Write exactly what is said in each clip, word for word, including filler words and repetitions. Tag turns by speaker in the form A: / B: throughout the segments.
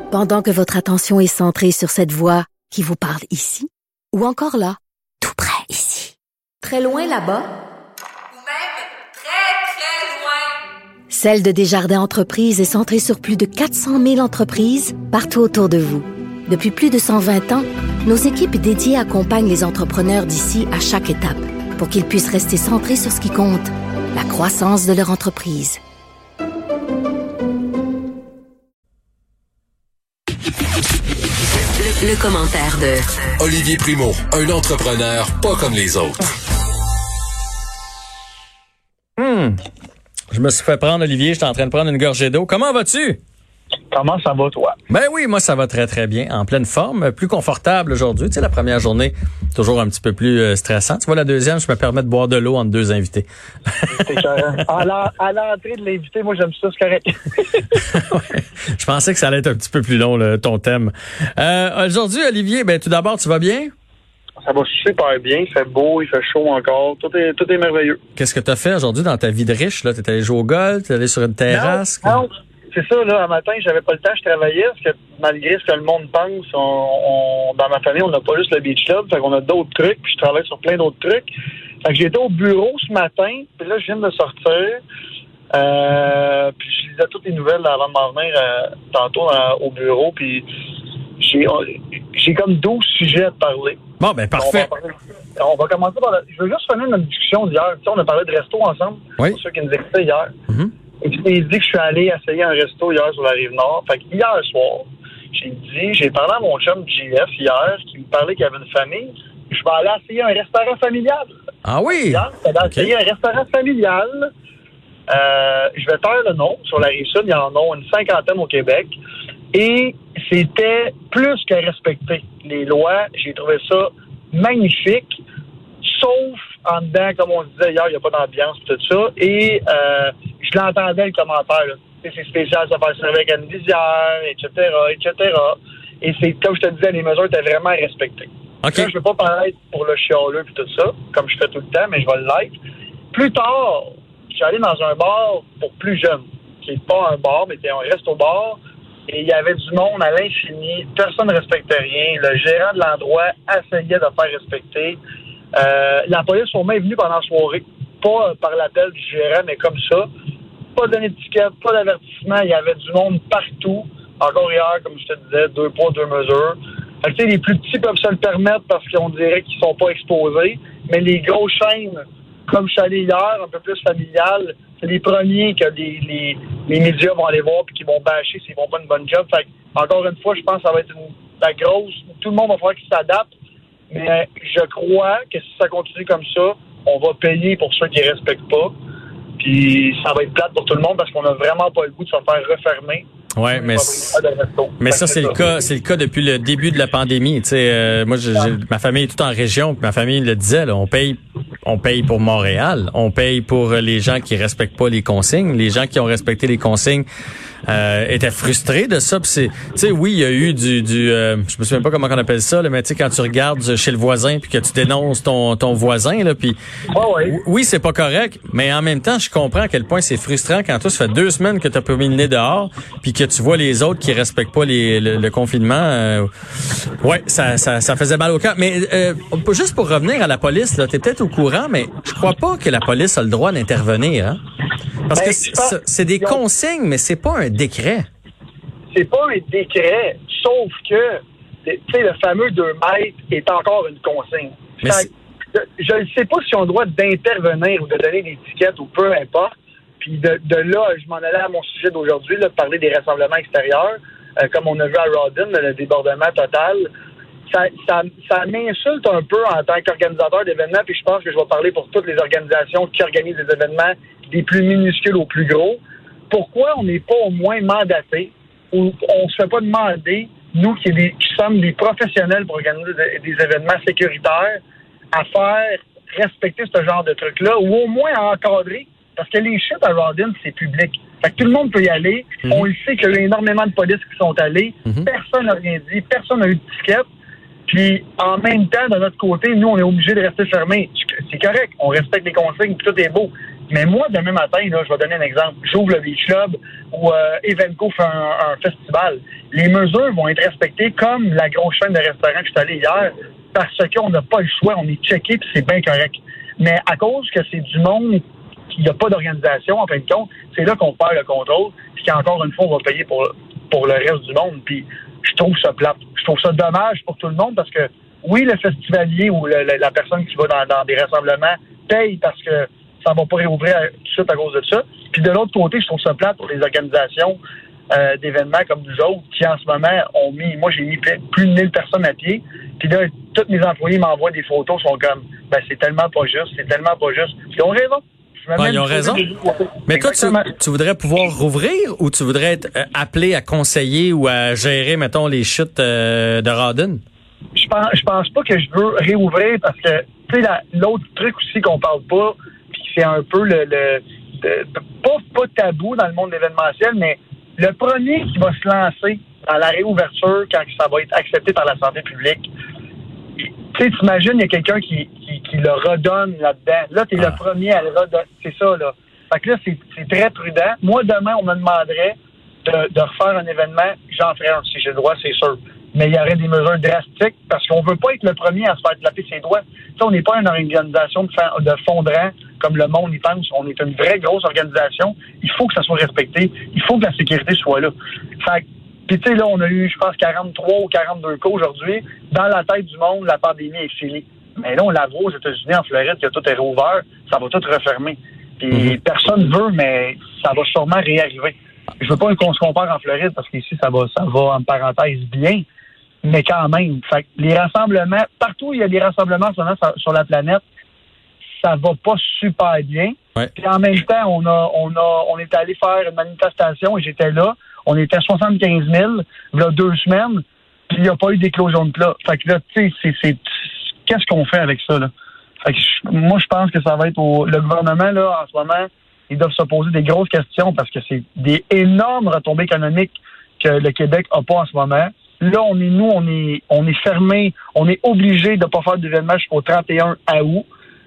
A: Pendant que votre attention est centrée sur cette voix qui vous parle ici, ou encore là, tout près ici, très loin là-bas,
B: ou même très, très loin,
A: Celle de Desjardins Entreprises est centrée sur plus de quatre cent mille entreprises partout autour de vous. Depuis plus de cent vingt ans, nos équipes dédiées accompagnent les entrepreneurs d'ici à chaque étape pour qu'ils puissent rester centrés sur ce qui compte, la croissance de leur entreprise.
C: Le, le commentaire de
D: Olivier Primo, un entrepreneur pas comme les autres.
E: Hmm. Je me suis fait prendre, Olivier, j'étais en train de prendre une gorgée d'eau. Comment vas-tu?
F: Comment ça va, toi?
E: Ben oui, moi, ça va très, très bien. En pleine forme, plus confortable aujourd'hui. Tu sais, la première journée, toujours un petit peu plus euh, stressant. Tu vois, la deuxième, je me permets de boire de l'eau entre deux invités.
F: à, la, à l'entrée de l'invité, moi, j'aime ça, c'est correct.
E: Ouais. Je pensais que ça allait être un petit peu plus long, le, ton thème. Euh, aujourd'hui, Olivier, ben tout d'abord, tu vas bien?
F: Ça va super bien, il fait beau, il fait chaud encore, tout est, tout est merveilleux.
E: Qu'est-ce que tu as fait aujourd'hui dans ta vie de riche? Là, t'es allé jouer au golf, t'es allé sur une terrasse?
F: Non, non. C'est ça, là, un matin, j'avais pas le temps, je travaillais, parce que malgré ce que le monde pense, on, on, dans ma famille, on n'a pas juste le Beach Club, fait qu'on a d'autres trucs, puis je travaille sur plein d'autres trucs. Fait que j'étais au bureau ce matin, puis là, je viens de sortir, euh, puis je lisais toutes les nouvelles là, avant de m'en venir euh, tantôt euh, au bureau, puis j'ai, j'ai comme douze sujets à te parler.
E: Bon, ben parfait.
F: On va, parler, on va commencer par... La, je veux juste finir notre discussion d'hier. Tu sais, on a parlé de resto ensemble,
E: oui.
F: Pour ceux qui nous écoutaient hier.
E: Mm-hmm.
F: Et puis, il dit que je suis allé essayer un resto hier sur la Rive-Nord. Fait que hier soir, j'ai dit, j'ai parlé à mon chum J F hier, qui me parlait qu'il y avait une famille. Je vais aller essayer un restaurant familial.
E: Ah oui?
F: Hier, je vais aller essayer okay. un restaurant familial. Euh, je vais taire le nom. Sur la Rive-Sud, il y en a une cinquantaine au Québec. Et c'était plus que respecté. Les lois, j'ai trouvé ça magnifique. Sauf en dedans, comme on se disait hier, il n'y a pas d'ambiance et tout ça. Et euh, je l'entendais, le commentaire. Là. C'est spécial, ça va se servir avec une visière, et cetera, et cetera. Et c'est, comme je te disais, les mesures étaient vraiment respectées.
E: Okay.
F: Là, je ne veux pas paraître pour le chialeux et tout ça, comme je fais tout le temps, mais je vais l'être. Plus tard, je suis allé dans un bar pour plus jeunes. Qui n'est pas un bar, mais c'était un resto-bar. Et il y avait du monde à l'infini. Personne ne respectait rien. Le gérant de l'endroit essayait de faire respecter. Euh, la police sont même venus pendant la soirée. Pas par l'appel du gérant, mais comme ça. Pas d'étiquette, pas d'avertissement. Il y avait du monde partout. Encore hier, comme je te disais, deux poids, deux mesures. Fait que, tu sais, les plus petits peuvent se le permettre parce qu'on dirait qu'ils sont pas exposés. Mais les grosses chaînes, comme je suis allé hier, un peu plus familiales, c'est les premiers que les, les, les médias vont aller voir et qui vont bâcher s'ils font pas une bonne job. Fait que, encore une fois, je pense que ça va être une, la grosse... Tout le monde va falloir qu'il s'adapte. Mais je crois que si ça continue comme ça, on va payer pour ceux qui ne respectent pas. Puis ça va être plate pour tout le monde parce qu'on n'a vraiment pas le goût de se faire refermer.
E: Ouais, mais mais ça c'est le cas, c'est le cas depuis le début de la pandémie. Tu sais, euh, moi, j'ai, j'ai, ma famille est toute en région, puis ma famille le disait, là, on paye, on paye pour Montréal, on paye pour les gens qui respectent pas les consignes, les gens qui ont respecté les consignes. Euh, étaient frustrés de ça. Puis c'est, tu sais, oui, il y a eu du, du, euh, je me souviens pas comment on appelle ça, là, mais tu sais, quand tu regardes chez le voisin puis que tu dénonces ton, ton voisin, là, puis
F: oh oui.
E: oui, c'est pas correct, mais en même temps, je comprends à quel point c'est frustrant quand toi, ça fait deux semaines que t'as pas mis le nez dehors, puis que tu vois les autres qui respectent pas les, le, le confinement. Euh, ouais, ça, ça, ça faisait mal au cœur. Mais euh, juste pour revenir à la police, là, t'es peut-être au courant, mais je crois pas que la police a le droit d'intervenir, hein? Parce ben, que c'est, c'est des consignes, mais c'est pas un décret.
F: C'est pas un décret, sauf que, tu sais, le fameux deux mètres est encore une consigne. Mais fait, je ne sais pas si on a le droit d'intervenir ou de donner des étiquettes ou peu importe. Puis de, de là, je m'en allais à mon sujet d'aujourd'hui, là, parler des rassemblements extérieurs, euh, comme on a vu à Rawdon, le débordement total. Ça, ça, ça m'insulte un peu en tant qu'organisateur d'événements, puis je pense que je vais parler pour toutes les organisations qui organisent des événements des plus minuscules aux plus gros. Pourquoi on n'est pas au moins mandaté ou on se fait pas demander, nous qui, des, qui sommes des professionnels pour organiser des, des événements sécuritaires, à faire respecter ce genre de trucs-là ou au moins à encadrer, parce que les chutes à Rawdon, c'est public. Fait que tout le monde peut y aller. Mm-hmm. On le sait qu'il y a eu énormément de polices qui sont allés. Mm-hmm. Personne n'a rien dit. Personne n'a eu d'étiquette. Puis, en même temps, de notre côté, nous, on est obligés de rester fermés. C'est correct. On respecte les consignes, puis tout est beau. Mais moi, demain matin, là, je vais donner un exemple. J'ouvre le Beach Club ou euh, Evenco fait un, un festival. les mesures vont être respectées comme la grosse chaîne de restaurants que je suis allé hier, parce qu'on n'a pas le choix, on est checké puis c'est bien correct. Mais à cause que c'est du monde qui n'a pas d'organisation, en fin de compte, c'est là qu'on perd le contrôle, puis qu'encore une fois, on va payer pour, pour le reste du monde. Puis je trouve ça plate. Je trouve ça dommage pour tout le monde parce que, oui, le festivalier ou le, le, la personne qui va dans, dans des rassemblements paye parce que ça va pas réouvrir tout de suite à cause de ça. Puis de l'autre côté, je trouve ça plate pour les organisations euh, d'événements comme nous autres qui, en ce moment, ont mis... Moi, j'ai mis plus de mille personnes à pied. Puis là, tous mes employés m'envoient des photos, sont comme, ben c'est tellement pas juste, c'est tellement pas juste. Ils ont raison.
E: Ouais, ils ont raison. Mais toi, tu, tu voudrais pouvoir rouvrir ou tu voudrais être euh, appelé à conseiller ou à gérer, mettons, les chutes euh, de Rawdon?
F: Je pense, je pense pas que je veux réouvrir parce que, tu sais, l'autre truc aussi qu'on parle pas, puis c'est un peu le, le de, pas, pas tabou dans le monde événementiel, mais le premier qui va se lancer dans la réouverture quand ça va être accepté par la santé publique, tu sais, t'imagines, il y a quelqu'un qui, qui, qui le redonne là-dedans. Là, t'es ah. le premier à le redonner. C'est ça, là. Fait que là, c'est, c'est très prudent. Moi, demain, on me demanderait de, de refaire un événement. J'en ferais un si j'ai le droit, c'est sûr. Mais il y aurait des mesures drastiques parce qu'on veut pas être le premier à se faire taper ses doigts. Tu sais, on n'est pas une organisation de, fa- de fondrant comme le monde y pense. On est une vraie grosse organisation. Il faut que ça soit respecté. Il faut que la sécurité soit là. Fait que puis, tu sais, là, on a eu, je pense, quarante-trois ou quarante-deux cas aujourd'hui. Dans la tête du monde, la pandémie est finie. Mais là, on la voit aux États-Unis, en Floride, que tout est rouvert. Ça va tout refermer. Puis, mm-hmm. personne ne veut, mais ça va sûrement réarriver. Je veux pas qu'on se compare en Floride, parce qu'ici, ça va, ça va, en parenthèse, bien. Mais quand même. Fait que les rassemblements, partout où il y a des rassemblements sur, sur la planète, ça va pas super bien.
E: Ouais.
F: Puis, en même temps, on a, on a, on est allé faire une manifestation et j'étais là. On était à soixante-quinze mille, il y a deux semaines, puis il n'y a pas eu d'éclosion de plat. Fait que là, tu sais, c'est, c'est, qu'est-ce qu'on fait avec ça, là? Fait que je, moi, je pense que ça va être au, le gouvernement, là, en ce moment, ils doivent se poser des grosses questions parce que c'est des énormes retombées économiques que le Québec n'a pas en ce moment. Là, on est, nous, on est, on est fermé, on est obligé de ne pas faire d'événement jusqu'au trente et un août.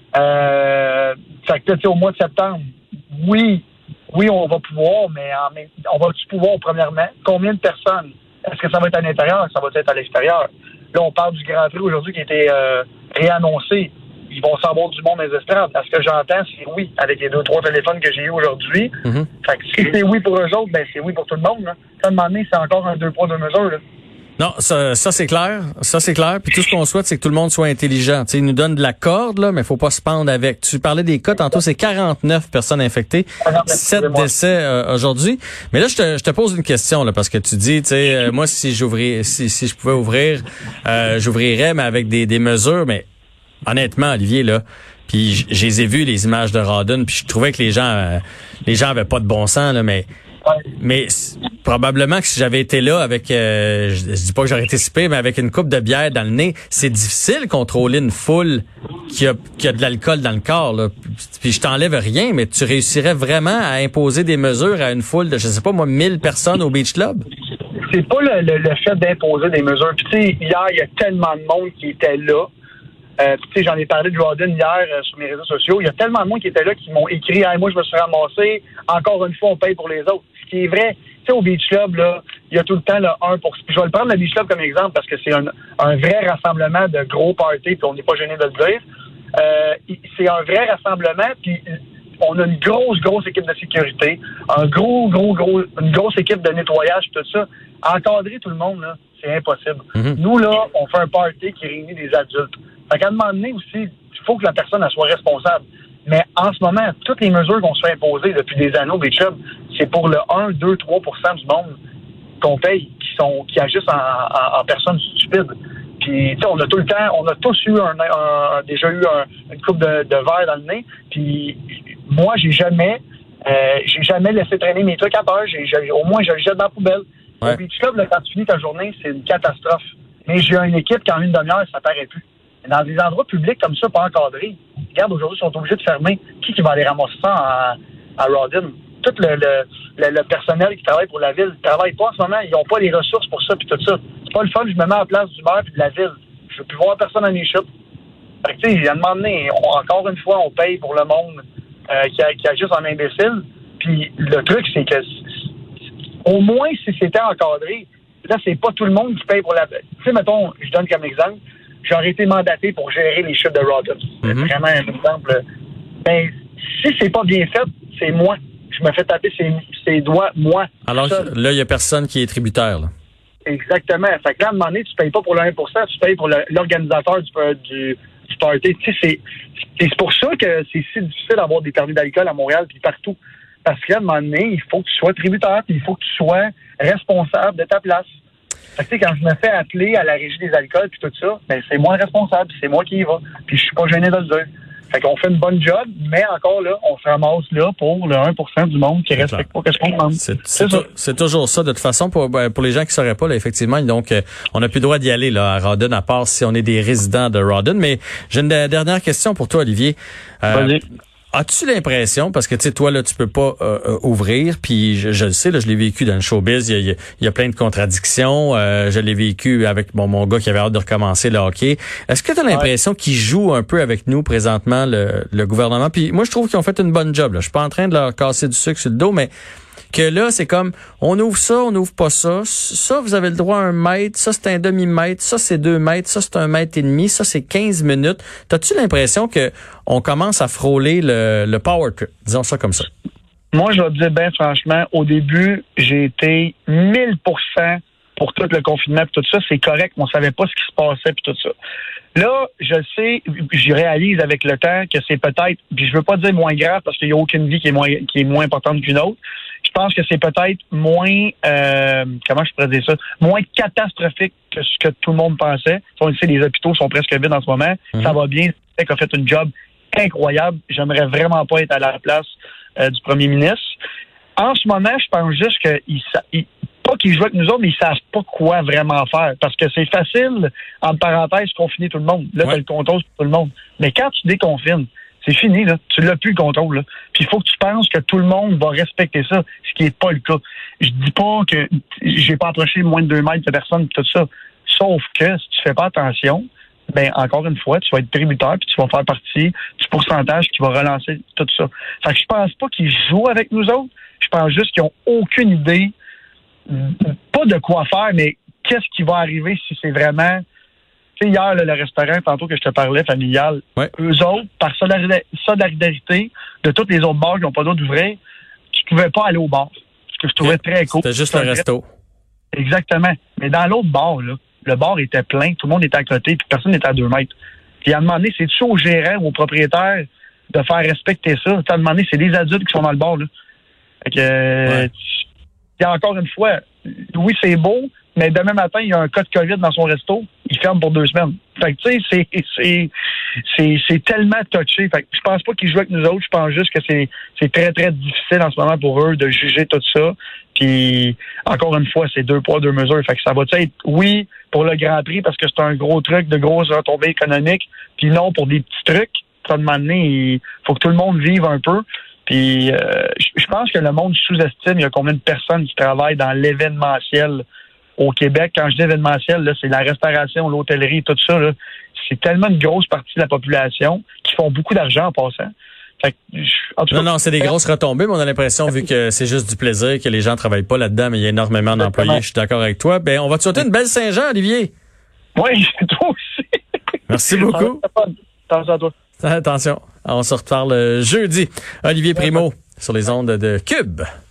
F: Euh, fait que là, tu sais, au mois de septembre, oui, Oui, on va pouvoir, mais en même, on va-tu pouvoir, premièrement? Combien de personnes? Est-ce que ça va être à l'intérieur? Ça va être à l'extérieur? Là, on parle du Grand Prix aujourd'hui qui a été euh, réannoncé. Ils vont savoir du monde des estrades. À ce que j'entends, c'est oui, avec les deux, trois téléphones que j'ai eu aujourd'hui. Mm-hmm. Fait que si c'est oui pour eux autres, ben c'est oui pour tout le monde. Là. Ça, à un moment donné, c'est encore un deux poids, deux mesures. Là.
E: Non, ça, ça c'est clair. Ça, c'est clair. Puis tout ce qu'on souhaite, c'est que tout le monde soit intelligent. Tu sais, ils nous donnent de la corde, là, mais il faut pas se pendre avec. Tu parlais des cas tantôt, c'est quarante-neuf personnes infectées, sept décès euh, aujourd'hui. Mais là, je te, je te pose une question, là, parce que tu dis, tu sais, euh, moi, si j'ouvrais, si, si je pouvais ouvrir, euh, j'ouvrirais, mais avec des, des mesures. Mais honnêtement, Olivier, là, puis je, je les ai vus, les images de Rawdon, puis je trouvais que les gens, euh, les gens avaient pas de bon sens, là, mais Mais probablement que si j'avais été là avec, euh, je, je dis pas que j'aurais été si pire, mais avec une coupe de bière dans le nez, c'est difficile de contrôler une foule qui a, qui a de l'alcool dans le corps. Là. Puis je t'enlève rien, mais tu réussirais vraiment à imposer des mesures à une foule de, je sais pas moi, mille personnes au Beach Club?
F: C'est pas le, le, le fait d'imposer des mesures. Puis tu sais, hier, il y a tellement de monde qui était là. Euh, tu sais, j'en ai parlé de Rawdon hier euh, sur mes réseaux sociaux. Il y a tellement de monde qui était là qui m'ont écrit hey, « moi, je me suis ramassé. Encore une fois, on paye pour les autres. » Ce qui est vrai, tu sais, au Beach Club, là, il y a tout le temps le un pour cent. Je vais le prendre le Beach Club comme exemple parce que c'est un, un vrai rassemblement de gros parties, puis on n'est pas gêné de le dire. Euh, c'est un vrai rassemblement, puis on a une grosse, grosse équipe de sécurité, un gros, gros, gros, une grosse équipe de nettoyage, tout ça. Encadrer tout le monde, là, c'est impossible. Mm-hmm. Nous, là, on fait un party qui réunit des adultes. Fait qu'à un moment donné aussi, il faut que la personne elle soit responsable. Mais en ce moment, toutes les mesures qu'on se fait imposer depuis des années au Beach Club, c'est pour le un, deux, trois pour cent du monde qu'on paye, qui sont qui agissent en, en, en personnes stupides. Puis, tu sais, on a tout le temps, on a tous eu un, un, un déjà eu un, une coupe de, de verre dans le nez. Puis, moi, j'ai jamais, euh, j'ai jamais laissé traîner mes trucs à terre. J'ai, j'ai, au moins, je les jette dans la poubelle. Ouais. Au Beach Club, là, quand tu finis ta journée, c'est une catastrophe. Mais j'ai une équipe qui, en une demi-heure, ça paraît plus. Dans des endroits publics comme ça, pas encadrés, regarde, aujourd'hui, ils sont obligés de fermer. Qui qui va aller ramasser ça à, à Rawdon? Tout le, le, le, le personnel qui travaille pour la ville ne travaille pas en ce moment. Ils n'ont pas les ressources pour ça puis tout ça. C'est pas le fun, je me mets à la place du maire puis de la ville. Je veux plus voir personne dans les chutes. Fait que, tu sais, à un moment donné, on, encore une fois, on paye pour le monde euh, qui, a, qui agisse en imbécile. Puis le truc, c'est que au moins, si c'était encadré, là, c'est pas tout le monde qui paye pour la... Tu sais, mettons, je donne comme exemple, j'aurais été mandaté pour gérer les chutes de Rawdon. C'est mm-hmm. vraiment un exemple. Ben, si c'est pas bien fait, c'est moi. Je me fais taper ses, ses doigts, moi.
E: Alors ça. Là, il y a personne qui est tributaire, là.
F: Exactement. Fait que là, à un moment donné, tu payes pas pour le un pour cent, tu payes pour le, l'organisateur du, du, du party. Tu sais, c'est, c'est pour ça que c'est si difficile d'avoir des permis d'alcool à Montréal puis partout. Parce qu'à un moment donné, il faut que tu sois tributaire puis il faut que tu sois responsable de ta place. Fait que, tu sais, quand je me fais appeler à la régie des alcools puis tout ça, ben, c'est moi le responsable, c'est moi qui y va. Puis je suis pas gêné de le dire. Fait qu'on fait une bonne job, mais encore là, on se ramasse là pour le un pour cent du monde qui respecte pas ce qu'on demande.
E: C'est, c'est, c'est, c'est toujours ça. De toute façon, pour, pour les gens qui sauraient pas, là, effectivement, donc euh, on n'a plus le droit d'y aller là, à Rawdon, à part si on est des résidents de Rawdon. Mais j'ai une dernière question pour toi, Olivier. Euh,
F: Vas-y.
E: As-tu l'impression, parce que tu sais, toi là, tu peux pas euh, euh, ouvrir, puis je, je le sais, là, je l'ai vécu dans le showbiz, il y a, il y a plein de contradictions. Euh, je l'ai vécu avec bon, mon gars qui avait hâte de recommencer le hockey. Est-ce que tu as l'impression ouais. qu'il joue un peu avec nous présentement, le, le gouvernement? Puis moi, je trouve qu'ils ont fait une bonne job. Là. Je suis pas en train de leur casser du sucre sur le dos, mais que là, c'est comme, on ouvre ça, on n'ouvre pas ça. Ça, vous avez le droit à un mètre. Ça, c'est un demi-mètre. Ça, c'est deux mètres. Ça, c'est un mètre et demi. Ça, c'est quinze minutes. T'as-tu l'impression que on commence à frôler le, le power trip? Disons ça comme ça.
F: Moi, je vais te dire, ben franchement, au début, j'ai été mille pour cent pour tout le confinement et tout ça. C'est correct. On savait pas ce qui se passait puis tout ça. Là, je sais, je réalise avec le temps que c'est peut-être, puis je veux pas dire moins grave parce qu'il y a aucune vie qui est moins, qui est moins importante qu'une autre. Je pense que c'est peut-être moins, euh, comment je pourrais dire ça, moins catastrophique que ce que tout le monde pensait. On le sait, les hôpitaux sont presque vides en ce moment. Mm-hmm. Ça va bien. Le Québec a fait une job incroyable. J'aimerais vraiment pas être à la place euh, du premier ministre. En ce moment, je pense juste qu'il il, pas qu'ils jouent avec nous autres, mais ils savent pas quoi vraiment faire. Parce que c'est facile, entre parenthèses, confiner tout le monde. Là, ouais. Tu as le contrôle sur tout le monde. Mais quand tu déconfines, c'est fini, là. Tu l'as plus le contrôle, là. Puis il faut que tu penses que tout le monde va respecter ça, ce qui est pas le cas. Je dis pas que j'ai pas approché moins de deux mètres de personne tout ça. Sauf que si tu fais pas attention, ben encore une fois, tu vas être tributaire puis tu vas faire partie du pourcentage qui va relancer tout ça. Fait que je pense pas qu'ils jouent avec nous autres. Je pense juste qu'ils ont aucune idée, pas de quoi faire, mais qu'est-ce qui va arriver si c'est vraiment... Tu sais, hier, là, le restaurant, tantôt que je te parlais, familial, ouais. Eux autres, par solidarité de tous les autres bars qui n'ont pas d'autre d'ouvrir, tu ne pouvais pas aller au bar. Ce que je trouvais okay. très cool.
E: C'était juste le resto.
F: Exactement. Mais dans l'autre bar, là, le bar était plein, tout le monde était à côté, puis personne n'était à deux mètres. Puis à un moment donné, c'est-tu au gérant ou au propriétaire de faire respecter ça? À un moment donné, c'est des adultes qui sont dans le bar, là. Fait que, euh, ouais. Et encore une fois, oui, c'est beau, mais demain matin, il y a un cas de COVID dans son resto, il ferme pour deux semaines. Fait que, tu sais, c'est, c'est, c'est, c'est tellement touché. Fait que je pense pas qu'ils jouent avec nous autres. Je pense juste que c'est, c'est très, très difficile en ce moment pour eux de juger tout ça. Puis, encore une fois, c'est deux poids, deux mesures. Fait que ça va être, oui, pour le Grand Prix, parce que c'est un gros truc de grosses retombées économiques, puis non pour des petits trucs. Ça demande, il faut que tout le monde vive un peu. Puis, euh, je pense que le monde sous-estime, il y a combien de personnes qui travaillent dans l'événementiel au Québec. Quand je dis événementiel, là, c'est la restauration, l'hôtellerie, tout ça. Là. C'est tellement une grosse partie de la population qui font beaucoup d'argent en passant. Fait que, en tout
E: non,
F: cas,
E: non, c'est des grosses retombées, mais on a l'impression, vu que c'est juste du plaisir, que les gens travaillent pas là-dedans, mais il y a énormément d'employés. Je suis d'accord avec toi. Ben, on va te souhaiter une belle Saint-Jean, Olivier.
F: Oui, toi aussi.
E: Merci beaucoup.
F: Attention à toi.
E: Attention. On se reparle jeudi. Olivier Primo sur les ondes de Cube.